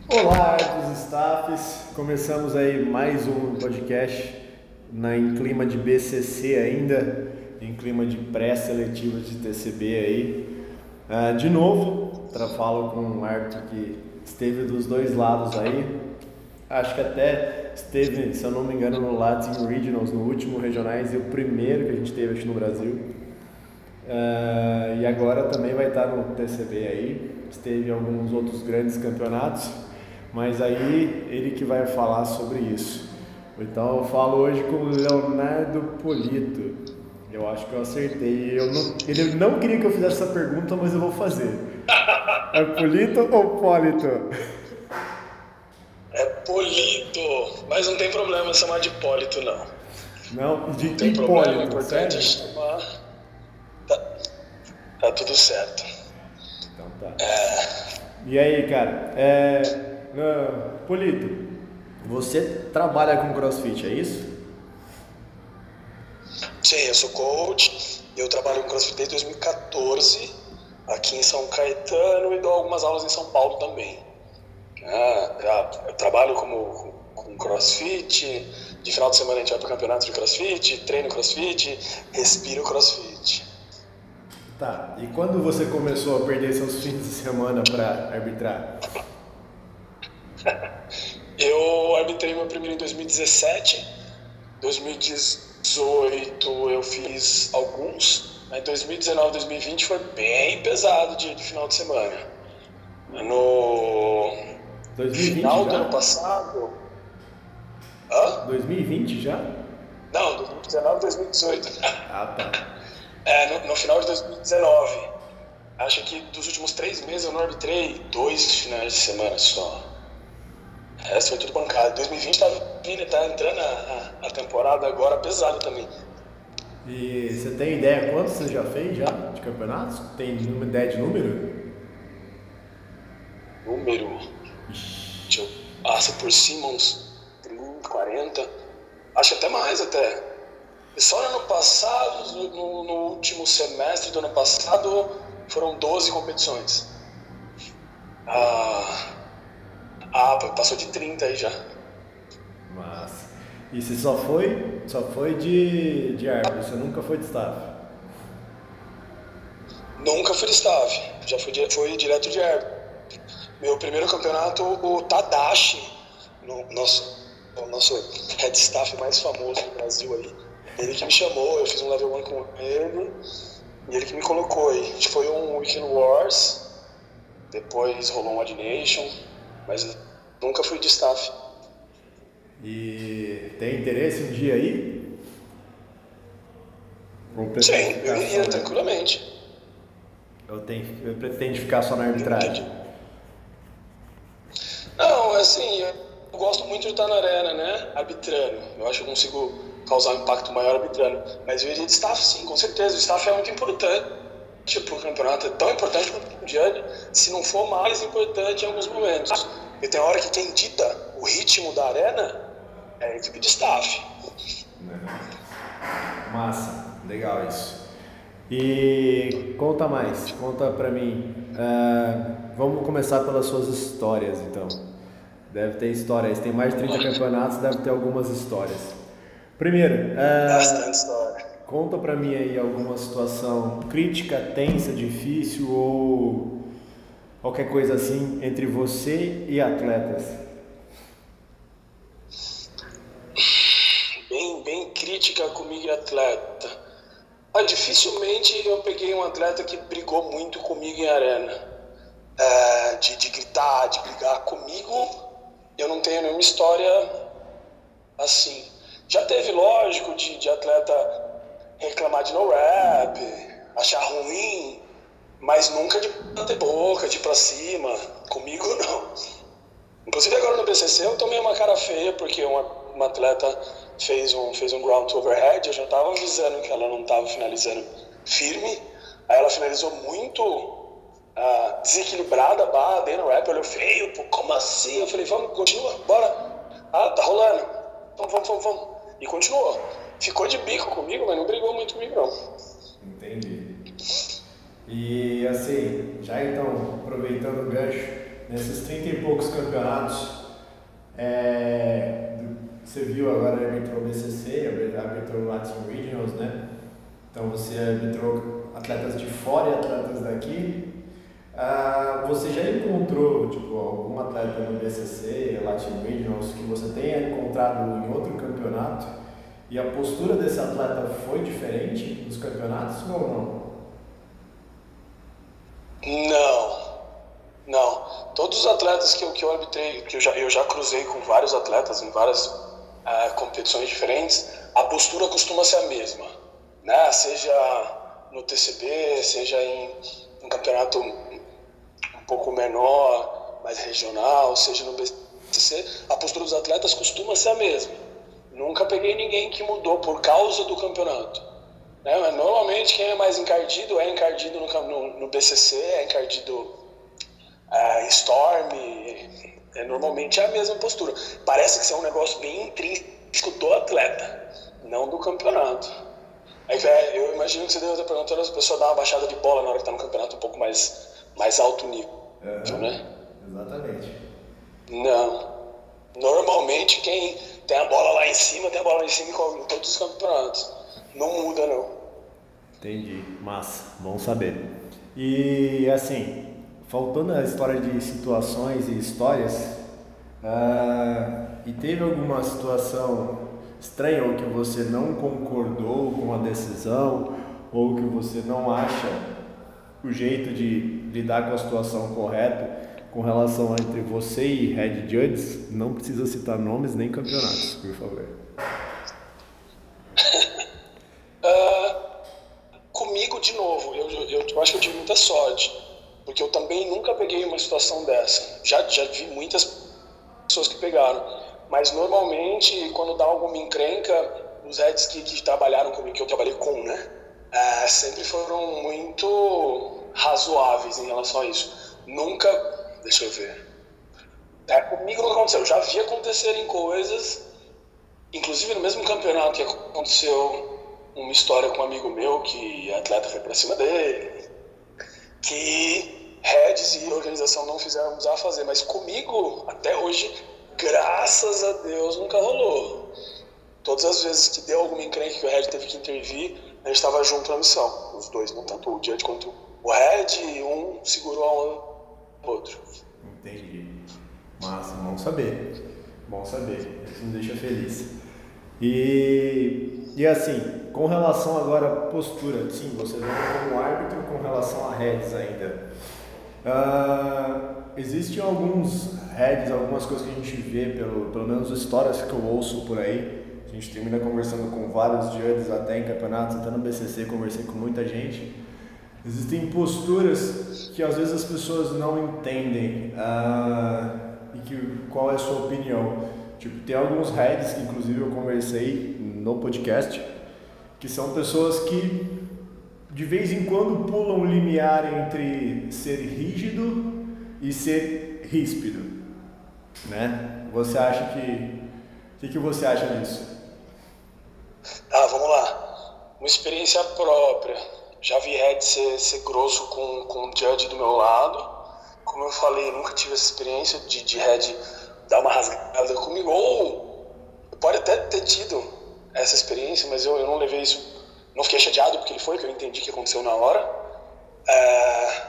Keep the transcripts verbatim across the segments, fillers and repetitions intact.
Olá, dos staffs. Começamos aí mais um podcast na, em clima de B C C ainda, em clima de pré-seletiva de T C B aí. Ah, de novo, tra- falo com um árbitro que esteve dos dois lados aí. Acho que até esteve, se eu não me engano, no Latin Regionals, no último Regionais e o primeiro que a gente teve aqui no Brasil. Ah, e agora também vai estar no T C B aí. Esteve em alguns outros grandes campeonatos, mas aí ele que vai falar sobre isso. Então eu falo hoje com o Leonardo Polito. Eu acho que eu acertei. Eu não, ele não queria que eu fizesse essa pergunta, mas eu vou fazer. É Polito ou Polito? É Polito, mas não tem problema chamar de Polito, não. Não, de Não tem problema, o Hipólito, importante é sério? chamar. Tá, tá tudo certo. Então tá. E aí, cara? É, ah, Polito, você trabalha com CrossFit, é isso? Sim, eu sou coach, eu trabalho com CrossFit desde dois mil e quatorze, aqui em São Caetano, e dou algumas aulas em São Paulo também. Ah, já- eu trabalho como, com CrossFit, de final de semana a gente vai para campeonato de CrossFit, treino CrossFit, respiro CrossFit. Tá. E quando você começou a perder seus fins de semana pra arbitrar? Eu arbitrei meu primeiro em dois mil e dezessete, dois mil e dezoito eu fiz alguns, mas dois mil e dezenove, dois mil e vinte foi bem pesado de, de final de semana. No dois mil e vinte final do ano já? passado. Hã? dois mil e vinte já? Não, dois mil e dezenove, dois mil e dezoito. Ah, tá. É, no, no final de dois mil e dezenove. Acho que dos últimos três meses eu não arbitrei dois finais de semana só. O resto foi tudo bancado. dois mil e vinte tá vindo, tá entrando a, a, a temporada agora pesada também. E você tem ideia quantos você já fez já de campeonatos? Tem uma ideia de número? Número. Deixa eu. Passa por cima uns trinta, quarenta. Acho até mais até. E só no ano passado, no, no último semestre do ano passado, foram doze competições. Ah, ah, passou de trinta aí já. Massa. E você só foi, só foi de, de árbitro, você nunca foi de staff? Nunca fui de staff, já fui, di- fui direto de árbitro. Meu primeiro campeonato, o Tadashi, no, nosso, o nosso head staff mais famoso do Brasil aí, ele que me chamou, eu fiz um level um com ele, e ele que me colocou aí. A gente foi um Weekend Wars, depois rolou um Odd Nation, mas nunca fui de staff. E tem interesse um dia aí? Ou Sim, pretende eu ficar só iria na, tranquilamente. ou tem, pretende ficar só na arbitragem? Entendi. Não, assim, eu gosto muito de estar na arena, né? Arbitrando. Eu acho que eu consigo causar um impacto maior arbitrando. Mas eu iria de staff, sim, com certeza. O staff é muito importante para o campeonato, é tão importante quanto o mundial, se não for mais importante em alguns momentos. E tem hora que quem dita o ritmo da arena é a equipe de staff. Massa, legal isso. E conta mais, conta pra mim. Ah, vamos começar pelas suas histórias, então. Deve ter histórias, tem mais de trinta campeonatos, deve ter algumas histórias. Primeiro, Bastante ah, história. conta pra mim aí alguma situação crítica, tensa, difícil ou qualquer coisa assim entre você e atletas. Bem, bem crítica comigo e atleta. Ah, dificilmente eu peguei um atleta que brigou muito comigo em arena. É, de, de gritar, de brigar comigo, eu não tenho nenhuma história assim. Já teve, lógico, de, de atleta reclamar de no rap, achar ruim, mas nunca de bater boca, de ir pra cima. Comigo não. Inclusive agora no B C C eu tomei uma cara feia porque uma, uma atleta fez um, fez um ground to overhead, eu já estava avisando que ela não estava finalizando firme, aí ela finalizou muito ah, desequilibrada a barra, dei no rap, olhou feio, pô, como assim? Eu falei, vamos, continua, bora. Ah, tá rolando. Vamos, vamos, vamos, vamos. E continuou. Ficou de bico comigo, mas não brigou muito comigo não. Entendi. E assim, já então, aproveitando o gancho, nesses trinta e poucos campeonatos, é, você viu agora arbitrou o B C C, arbitrou o Latin Regionals, né? Então você arbitrou atletas de fora e atletas daqui. Ah, você já encontrou tipo, algum atleta no B C C, Latin Regionals, que você tenha encontrado em outro campeonato e a postura desse atleta foi diferente nos campeonatos ou não? Não, não. Todos os atletas que eu, que eu arbitrei, que eu já, eu já cruzei com vários atletas em várias uh, competições diferentes, a postura costuma ser a mesma, né? Seja no T C B, seja em um campeonato um pouco menor, mais regional, seja no B C C, a postura dos atletas costuma ser a mesma. Nunca peguei ninguém que mudou por causa do campeonato. Né? Mas normalmente quem é mais encardido é encardido no, no, no B C C, é encardido uh, Storm, é, normalmente é a mesma postura. Parece que isso é um negócio bem intrínseco do atleta, não do campeonato. Aí, eu imagino que você deve estar perguntando se a pessoa dá uma baixada de bola na hora que está no campeonato um pouco mais, mais alto nível, uhum, né? Exatamente. Não. Normalmente quem tem a bola lá em cima, tem a bola lá em cima em todos os campeonatos. Não muda, não. Entendi. Massa. Bom saber. E, assim, faltando a história de situações e histórias, uh, e teve alguma situação estranha ou que você não concordou com a decisão ou que você não acha o jeito de lidar com a situação correto com relação entre você e Head Judges? Não precisa citar nomes nem campeonatos, por favor. uh, comigo, de novo, eu, eu, eu acho que eu tive muita sorte, porque eu também nunca peguei uma situação dessa. Já, já vi muitas pessoas que pegaram, mas normalmente quando dá alguma encrenca, os heads que, que trabalharam comigo, que eu trabalhei com, né, uh, sempre foram muito razoáveis em relação a isso. Nunca, deixa eu ver, é, comigo não aconteceu. Eu já vi acontecerem coisas, inclusive no mesmo campeonato que aconteceu uma história com um amigo meu que a atleta foi pra cima dele, que heads e organização não fizeram usar fazer, mas comigo até hoje, graças a Deus, nunca rolou. Todas as vezes que deu alguma encrenca que o head teve que intervir, a gente estava junto na missão, os dois, não tanto o judge quanto o head, um segurou a outro. Entendi. Massa, bom saber. Bom saber. Isso me deixa feliz. E, e assim, com relação agora à postura, sim, você vem como árbitro com relação a heads ainda. Uh, existem alguns heads, algumas coisas que a gente vê, pelo, pelo menos histórias que eu ouço por aí. A gente termina conversando com vários judges até em campeonatos, até no B C C, conversei com muita gente. Existem posturas que às vezes as pessoas não entendem uh, e que, qual é a sua opinião. Tipo, tem alguns heads que inclusive eu conversei no podcast, que são pessoas que de vez em quando pulam o limiar entre ser rígido e ser ríspido, né? Você acha que... O que, que você acha disso? Ah, vamos lá. Uma experiência própria. Já vi head ser, ser grosso com, com o judge do meu lado. Como eu falei, nunca tive essa experiência de, de head dar uma rasgada comigo. Ou pode até ter tido essa experiência, mas eu, eu não levei isso... Não fiquei chateado porque ele foi, que eu entendi o que aconteceu na hora. É,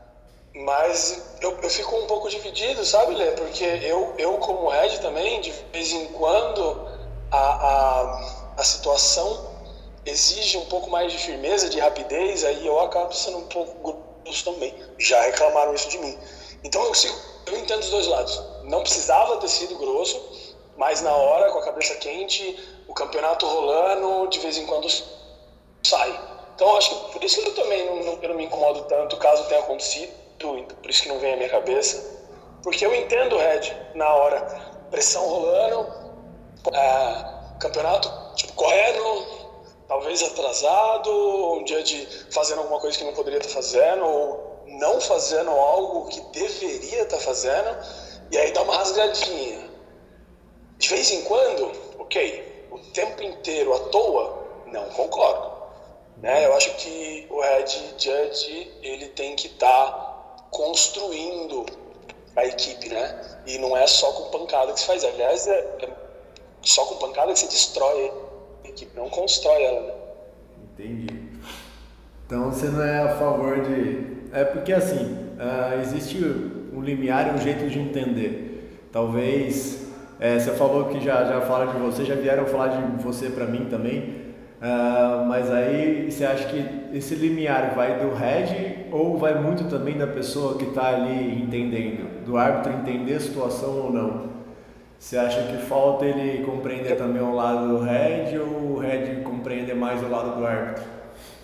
mas eu, eu fico um pouco dividido, sabe, Lê? Porque eu, eu como head também, de vez em quando, a, a, a situação exige um pouco mais de firmeza, de rapidez, aí eu acabo sendo um pouco grosso também. Já reclamaram isso de mim. Então eu, sigo, eu entendo os dois lados. Não precisava ter sido grosso, mas na hora, com a cabeça quente, o campeonato rolando, de vez em quando sai. Então acho que por isso que eu também não, não, eu não me incomodo tanto caso tenha acontecido, por isso que não vem à minha cabeça, porque eu entendo o head na hora, pressão rolando, é, campeonato tipo, correndo, talvez atrasado, um dia de fazendo alguma coisa que não poderia estar fazendo, ou não fazendo algo que deveria estar fazendo, e aí dá uma rasgadinha. De vez em quando, ok, o tempo inteiro à toa, não concordo. Né? Eu acho que o head judge ele tem que estar tá construindo a equipe, né? E não é só com pancada que se faz. Aliás, é, é só com pancada que se destrói a equipe, não constrói ela, né? Entendi. Então você não é a favor de... É porque assim, uh, existe um limiar e um jeito de entender. Talvez, é, você falou que já, já falaram de você, já vieram falar de você pra mim também, uh, mas aí você acha que esse limiar vai do head ou vai muito também da pessoa que tá ali entendendo? Do árbitro entender a situação ou não? Você acha que falta ele compreender também o lado do head ou o head compreender mais o lado do árbitro?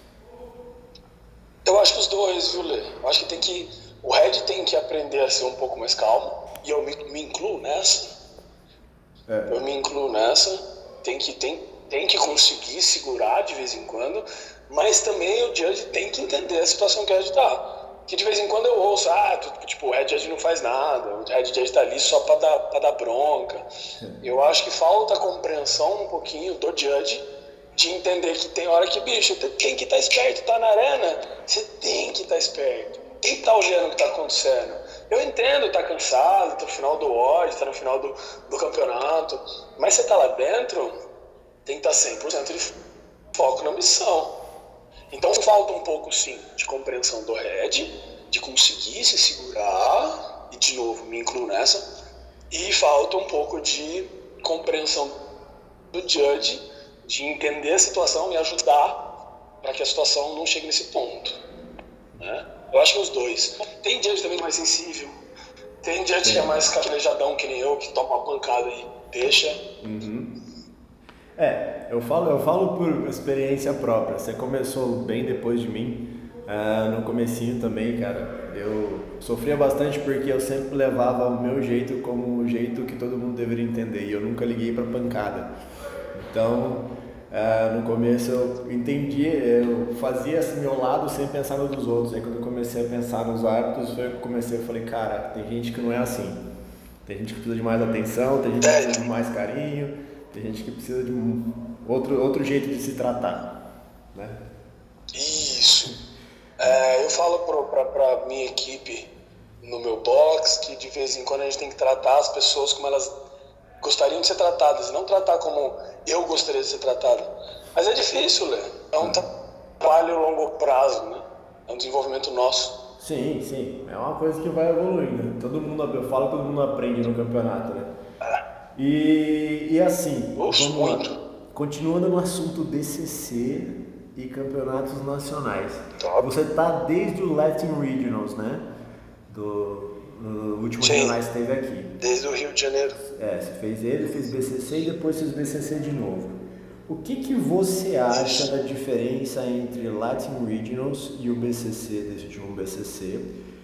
Eu acho que os dois, viu, Lê? Eu acho que tem que... O head tem que aprender a ser um pouco mais calmo, e eu me, me incluo nessa. É. Eu me incluo nessa. Tem que, tem, tem que conseguir segurar de vez em quando, mas também o judge tem que entender a situação que o head tá. Que de vez em quando eu ouço, ah, tu, tipo, o head judge não faz nada, o head judge tá ali só pra dar, pra dar bronca. Eu acho que falta compreensão um pouquinho do judge, de entender que tem hora que, bicho, tem que estar esperto, tá na arena, você tem que estar esperto, tem que estar olhando o que tá acontecendo. Eu entendo, tá cansado, tá no final do ódio, tá no final do, do campeonato, mas você tá lá dentro, tem que estar cem por cento de foco na missão. Então falta um pouco, sim, de compreensão do head, de conseguir se segurar, e de novo, me incluo nessa, e falta um pouco de compreensão do judge, de entender a situação e ajudar para que a situação não chegue nesse ponto, né? Eu acho que os dois. Tem judge também mais sensível, tem judge que é mais calejadão que nem eu, que toma uma pancada e deixa. Uhum. É, eu falo, eu falo por experiência própria. Você começou bem depois de mim, uh, no comecinho também, cara. Eu sofria bastante porque eu sempre levava o meu jeito como o jeito que todo mundo deveria entender e eu nunca liguei pra pancada. Então, uh, no começo eu entendi, eu fazia assim meu lado sem pensar no dos outros. Aí quando eu comecei a pensar nos árbitros, foi que eu comecei, eu falei, cara, tem gente que não é assim. Tem gente que precisa de mais atenção, tem gente que precisa de mais carinho, tem gente que precisa de um outro, outro jeito de se tratar, né? Isso. É, eu falo pra, pra, pra minha equipe no meu box que de vez em quando a gente tem que tratar as pessoas como elas gostariam de ser tratadas, e não tratar como eu gostaria de ser tratado. Mas é difícil, Lê. É um trabalho a longo prazo, né? É um desenvolvimento nosso. Sim, sim. É uma coisa que vai evoluindo. Todo mundo, eu falo que todo mundo aprende no campeonato, né? É. E, e assim, Oxe, vamos muito. lá. Continuando no assunto B C C e campeonatos nacionais. Top. Você tá desde o Latin Regionals, né? Do, do último regionais que teve aqui. Desde o Rio de Janeiro. É, você fez ele, fez B C C e depois fez B C C de novo. O que que você acha da diferença entre Latin Regionals e o B C C, desse último B C C?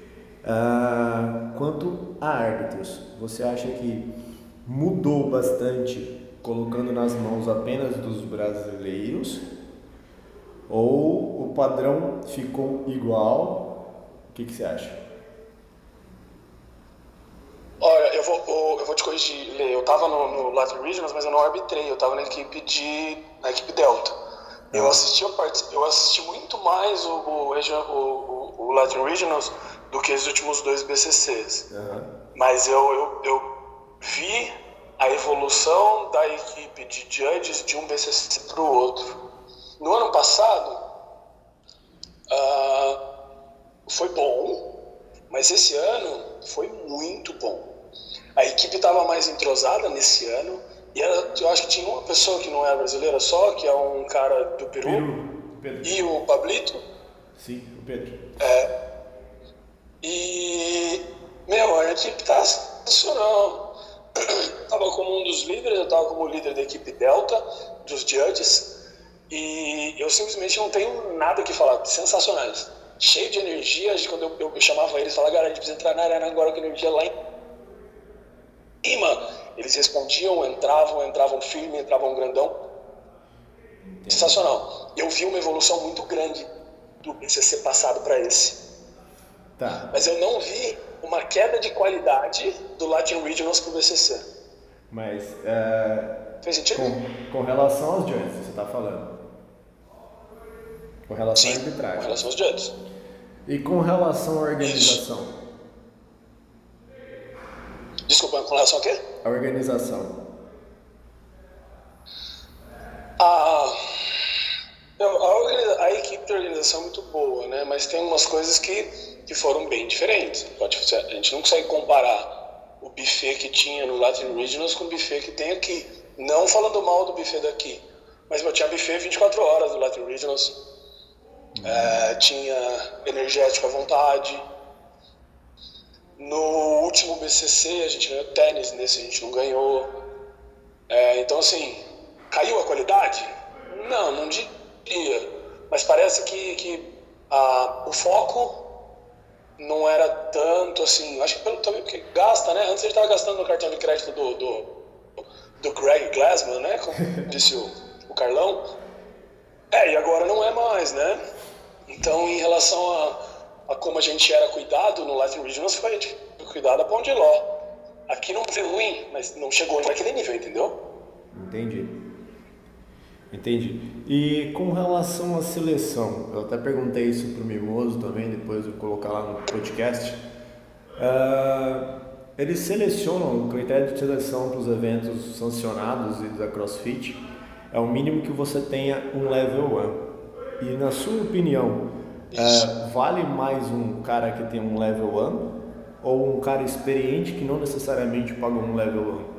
Uh, quanto a árbitros, você acha que mudou bastante colocando nas mãos apenas dos brasileiros? Ou o padrão ficou igual? O que que você acha? Olha, eu vou, eu vou te corrigir, Lê. Eu tava no, no Latin Regionals, mas eu não arbitrei. Eu tava na equipe de, na equipe Delta. Eu assisti, eu assisti muito mais o, o, o, o Latin Regionals do que os últimos dois B C Cs. Uhum. Mas eu, eu, eu vi a evolução da equipe de judges de um B C C para o outro. No ano passado, uh, foi bom, mas esse ano foi muito bom. A equipe estava mais entrosada nesse ano, e era, eu acho que tinha uma pessoa que não é brasileira só, que é um cara do Peru, Peru Pedro. E o Pablito. Sim, o Pedro. É, e, meu, a equipe tá sensacional. Eu tava como um dos líderes, eu tava como líder da equipe Delta, dos judges, e eu simplesmente não tenho nada que falar, sensacionais. Cheio de energia, quando eu, eu, eu chamava eles, falava, galera, a gente precisa entrar na arena agora com energia lá em cima. Eles respondiam, entravam, entravam firme, entravam grandão. Entendi. Sensacional. Eu vi uma evolução muito grande do B C C passado para esse. Tá. Mas eu não vi uma queda de qualidade do Latin Regionals pro B C C. Mas, é... fez sentido? Com, com relação aos judges, você está falando? Com relação Sim, à arbitragem. com relação aos judges. E com relação à organização? Isso. Desculpa, com relação a quê? A organização. A, a, organiza, a equipe de organização é muito boa, né? Mas tem umas coisas que, que foram bem diferentes. Pode, a gente não consegue comparar o buffet que tinha no Latin Regionals com o buffet que tem aqui. Não falando mal do buffet daqui, mas eu tinha buffet vinte e quatro horas no Latin Regionals. Uhum. É, tinha energético à vontade. No último B C C a gente ganhou tênis, nesse a gente não ganhou. É, então assim, caiu a qualidade? Não, não diria. Mas parece que, que a, o foco não era tanto assim. Acho que pelo, também porque gasta, né? Antes a gente estava gastando no cartão de crédito do, do, do Greg Glassman, né? Como disse o, o Carlão. É, e agora não é mais, né? Então, em relação a, a como a gente era cuidado no Latin Regionals, foi a gente cuidado a pão de ló. Aqui não foi ruim, mas não chegou naquele nível, entendeu? Entendi. Entendi. E com relação à seleção, eu até perguntei isso pro Mimoso também, depois eu vou colocar lá no podcast. Uh, eles selecionam o critério de seleção para os eventos sancionados e da CrossFit. É o mínimo que você tenha um level um. E na sua opinião, uh, vale mais um cara que tem um level um ou um cara experiente que não necessariamente paga um level um?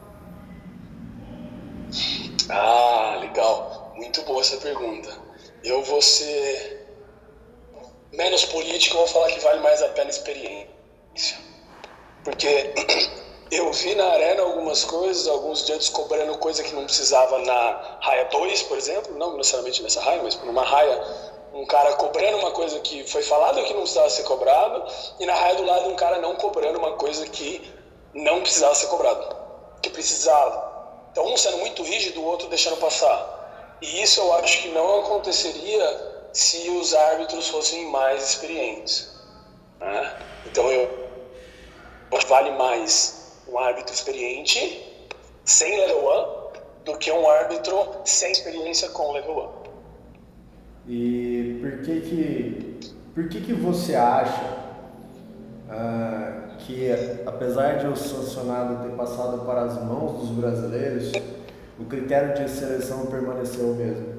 Ah, legal. Muito boa essa pergunta. Eu vou ser menos político, eu vou falar que vale mais a pena a experiência. Porque eu vi na arena algumas coisas, alguns judges cobrando coisa que não precisava na raia dois, por exemplo, não necessariamente nessa raia, mas numa raia, um cara cobrando uma coisa que foi falado que não precisava ser cobrado, e na raia do lado um cara não cobrando uma coisa que não precisava ser cobrado, que precisava. Então, um sendo muito rígido, o outro deixando passar. E isso eu acho que não aconteceria se os árbitros fossem mais experientes, né? Então, eu acho que vale mais um árbitro experiente, sem level um, do que um árbitro sem experiência com level um. E por que que, por que, que você acha uh, que, apesar de o sancionado ter passado para as mãos dos brasileiros, o critério de seleção permaneceu o mesmo?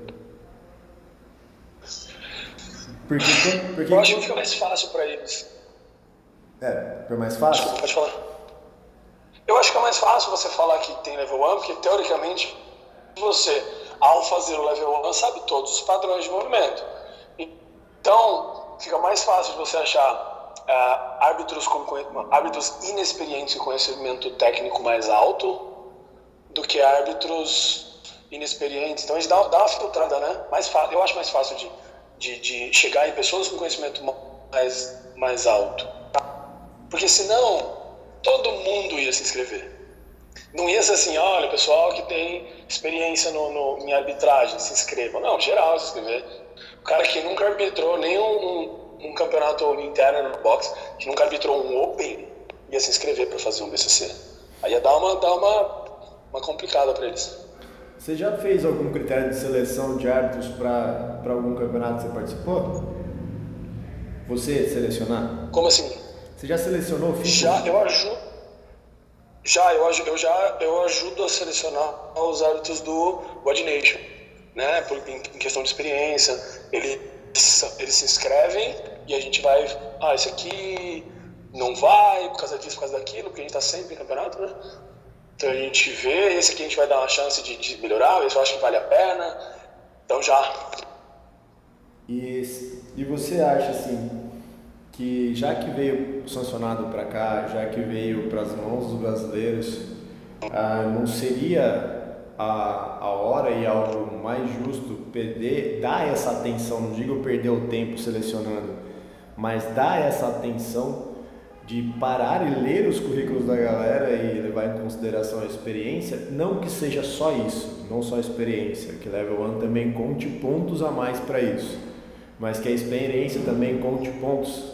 Porque, porque, eu acho que fica mais fácil para eles. É, fica mais fácil? Desculpa, pode falar. Eu acho que é mais fácil você falar que tem level um, porque teoricamente você, ao fazer o level um, sabe todos os padrões de movimento. Então, fica mais fácil de você achar Uh, árbitros, com, árbitros inexperientes com conhecimento técnico mais alto do que árbitros inexperientes. Então a gente dá, dá uma filtrada, né? Mais fácil, eu acho mais fácil de, de, de chegar em pessoas com conhecimento mais, mais alto. Porque senão todo mundo ia se inscrever. Não ia ser assim, olha, o pessoal que tem experiência no, no, em arbitragem se inscreva. Não, geral se inscrever. O cara que nunca arbitrou nenhum um, um campeonato interno no boxe, que nunca arbitrou um Open, ia se inscrever para fazer um B C C. Aí ia dar uma, dar uma, uma complicada para eles. Você já fez algum critério de seleção de árbitros para algum campeonato que você participou? Você selecionar? Como assim? Você já selecionou o Já, eu ajudo. Já, eu, eu já eu ajudo a selecionar os árbitros do Body Nation, né? Por, em, em questão de experiência. Eles, eles se inscrevem e a gente vai. Ah, esse aqui não vai por causa disso, por causa daquilo, porque a gente tá sempre em campeonato, né? Então a gente vê, esse aqui a gente vai dar uma chance de, de melhorar, esse eu acho que vale a pena. Então já. E, e você acha assim que já que veio sancionado para cá, já que veio para as mãos dos brasileiros, ah, não seria a, a hora e algo mais justo perder, dar essa atenção, não digo perder o tempo selecionando, mas dar essa atenção de parar e ler os currículos da galera e levar em consideração a experiência, não que seja só isso, não só a experiência, que Level um também conte pontos a mais para isso, mas que a experiência também conte pontos.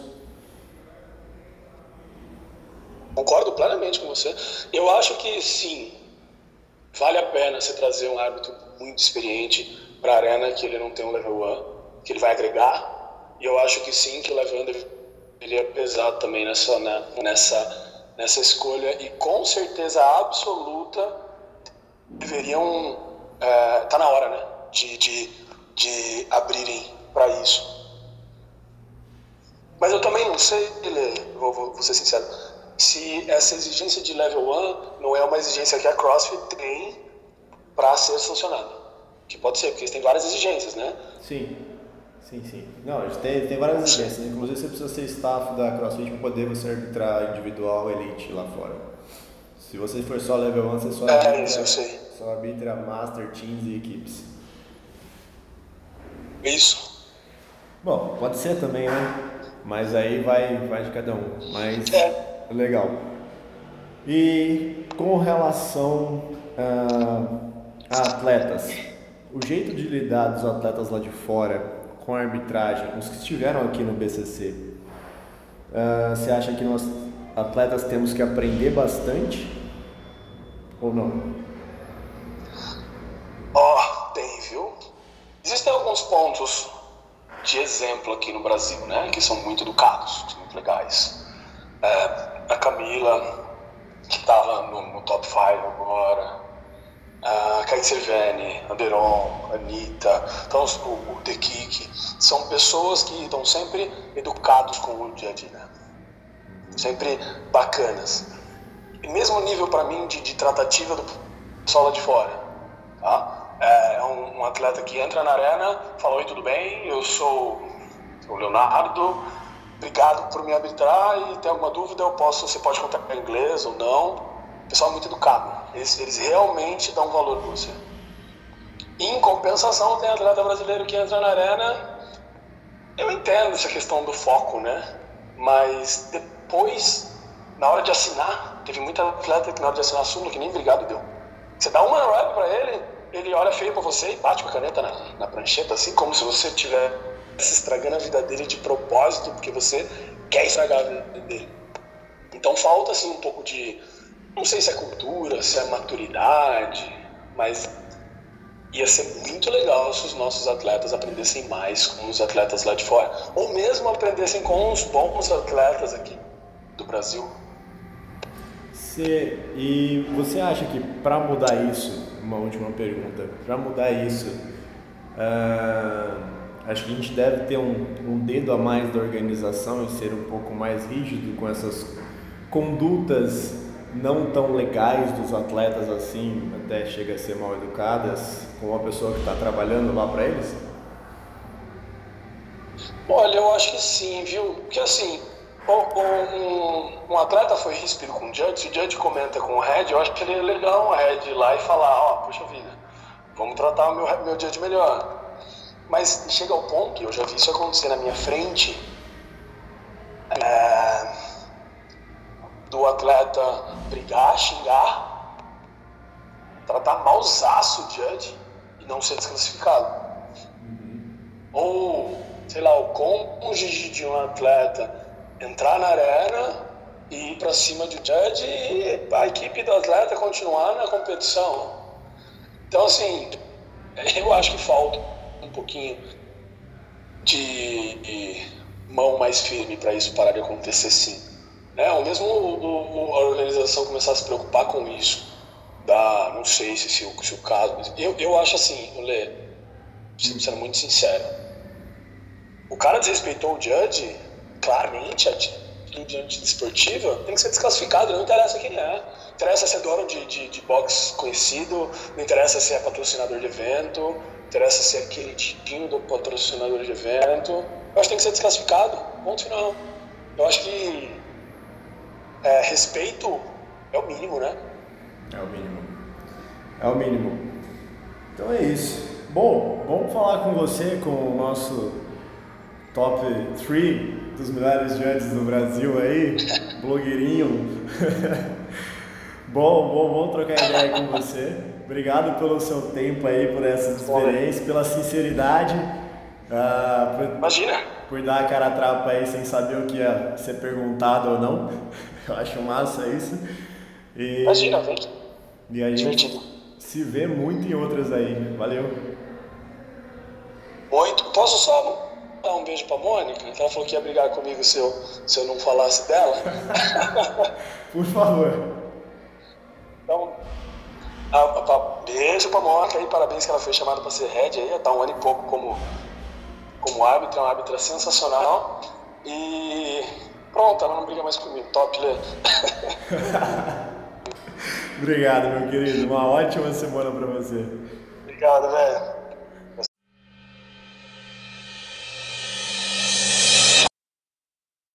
Concordo plenamente com você. Eu acho que sim, vale a pena você trazer um árbitro muito experiente para a arena, que ele não tem um level um, que ele vai agregar. E eu acho que sim, que o level um deveria pesar também nessa, né, nessa nessa escolha e com certeza absoluta deveriam, é, tá na hora, né, de, de, de abrirem para isso. Mas eu também não sei, vou, vou, vou ser sincero, se essa exigência de level um não é uma exigência que a CrossFit tem para ser sancionada. Que pode ser, porque eles têm várias exigências, né? Sim, sim, sim. Não, a gente tem, tem várias exigências. Inclusive você precisa ser staff da CrossFit para poder você arbitrar individual elite lá fora. Se você for só level um, você só é, arbitra, isso eu sei. só arbitra master, teams e equipes. Isso. Bom, pode ser também, né? Mas aí vai, vai de cada um. Mas é. Legal. E com relação a, a atletas, o jeito de lidar dos atletas lá de fora com a arbitragem, os que estiveram aqui no B C C, uh, você acha que nós atletas temos que aprender bastante ou não? Ó, oh, tem, viu? Existem alguns pontos de exemplo aqui no Brasil, né, que são muito educados, que são muito legais. É, a Camila, que estava no, no top cinco agora, a Kate Cerveni, Anderon, a Anitta, então, o, o The Kick, são pessoas que estão sempre educados com o dia a dia, né? Sempre bacanas. E mesmo nível para mim de, de tratativa do pessoal lá de fora, tá? É um, um atleta que entra na arena, fala: oi, tudo bem? Eu sou o Leonardo, obrigado por me arbitrar e tem alguma dúvida, eu posso, você pode contar em inglês ou não. O pessoal é muito educado, eles, eles realmente dão valor para você. Em compensação, tem atleta brasileiro que entra na arena, eu entendo essa questão do foco, né? Mas depois, na hora de assinar, teve muita atleta que na hora de assinar a súmula que nem obrigado deu. Você dá uma rep para ele, ele olha feio pra você e bate com a caneta na, na prancheta, assim como se você estivesse estragando a vida dele de propósito, porque você quer estragar a vida dele. Então falta assim um pouco de, não sei se é cultura, se é maturidade, mas ia ser muito legal se os nossos atletas aprendessem mais com os atletas lá de fora, ou mesmo aprendessem com os bons atletas aqui do Brasil. Cê, e você acha que para mudar isso, uma última pergunta, para mudar isso, uh, acho que a gente deve ter um, um dedo a mais da organização e ser um pouco mais rígido com essas condutas não tão legais dos atletas assim, até chega a ser mal educadas, com uma pessoa que está trabalhando lá para eles? Olha, eu acho que sim, viu? Porque assim, um, um atleta foi ríspido com o judge, se o judge comenta com o head, eu acho que seria legal o head ir lá e falar: ó, oh, puxa vida, vamos tratar o meu, meu judge melhor. Mas chega ao ponto, e eu já vi isso acontecer na minha frente, é, do atleta brigar, xingar, tratar malzaço o judge e não ser desclassificado. Uhum. Ou, sei lá, o cônjuge de um atleta entrar na arena e ir pra cima do judge e a equipe do atleta continuar na competição. Então, assim, eu acho que falta um pouquinho de, de mão mais firme para isso parar de acontecer, sim. Né? Ou mesmo o, o, a organização começar a se preocupar com isso. Da, não sei se, se, se o caso... Eu, eu acho assim, Lê, sendo muito sincero, o cara desrespeitou o judge, claramente, a atitude antidesportiva tem que ser desclassificado, não interessa quem é. Não interessa se é dono de, de, de boxe conhecido, não interessa se é patrocinador de evento, não interessa se é queridinho do patrocinador de evento. Eu acho que tem que ser desclassificado, ponto final. Eu acho que é, respeito é o mínimo, né? É o mínimo. É o mínimo. Então é isso. Bom, vamos falar com você, com o nosso top três dos melhores judges do Brasil aí, blogueirinho. bom, bom, vamos trocar ideia com você. Obrigado pelo seu tempo aí, por essa experiência, pela sinceridade. Uh, por, Imagina! Por dar a cara a trapa aí sem saber o que ia ser perguntado ou não. Eu acho massa isso. E, Imagina, vem. E a gente se vê muito em outras aí. Valeu. Muito. Posso só mandar um beijo pra Mônica? Ela falou que ia brigar comigo se eu, se eu não falasse dela. Por favor. Então, a, a, a, beijo pra Mônica aí, parabéns que ela foi chamada pra ser head aí, tá um ano e pouco como, como árbitra, uma árbitra sensacional. E pronto, ela não briga mais comigo. Top, Lê. Obrigado, meu querido. Uma ótima semana pra você. Obrigado, velho.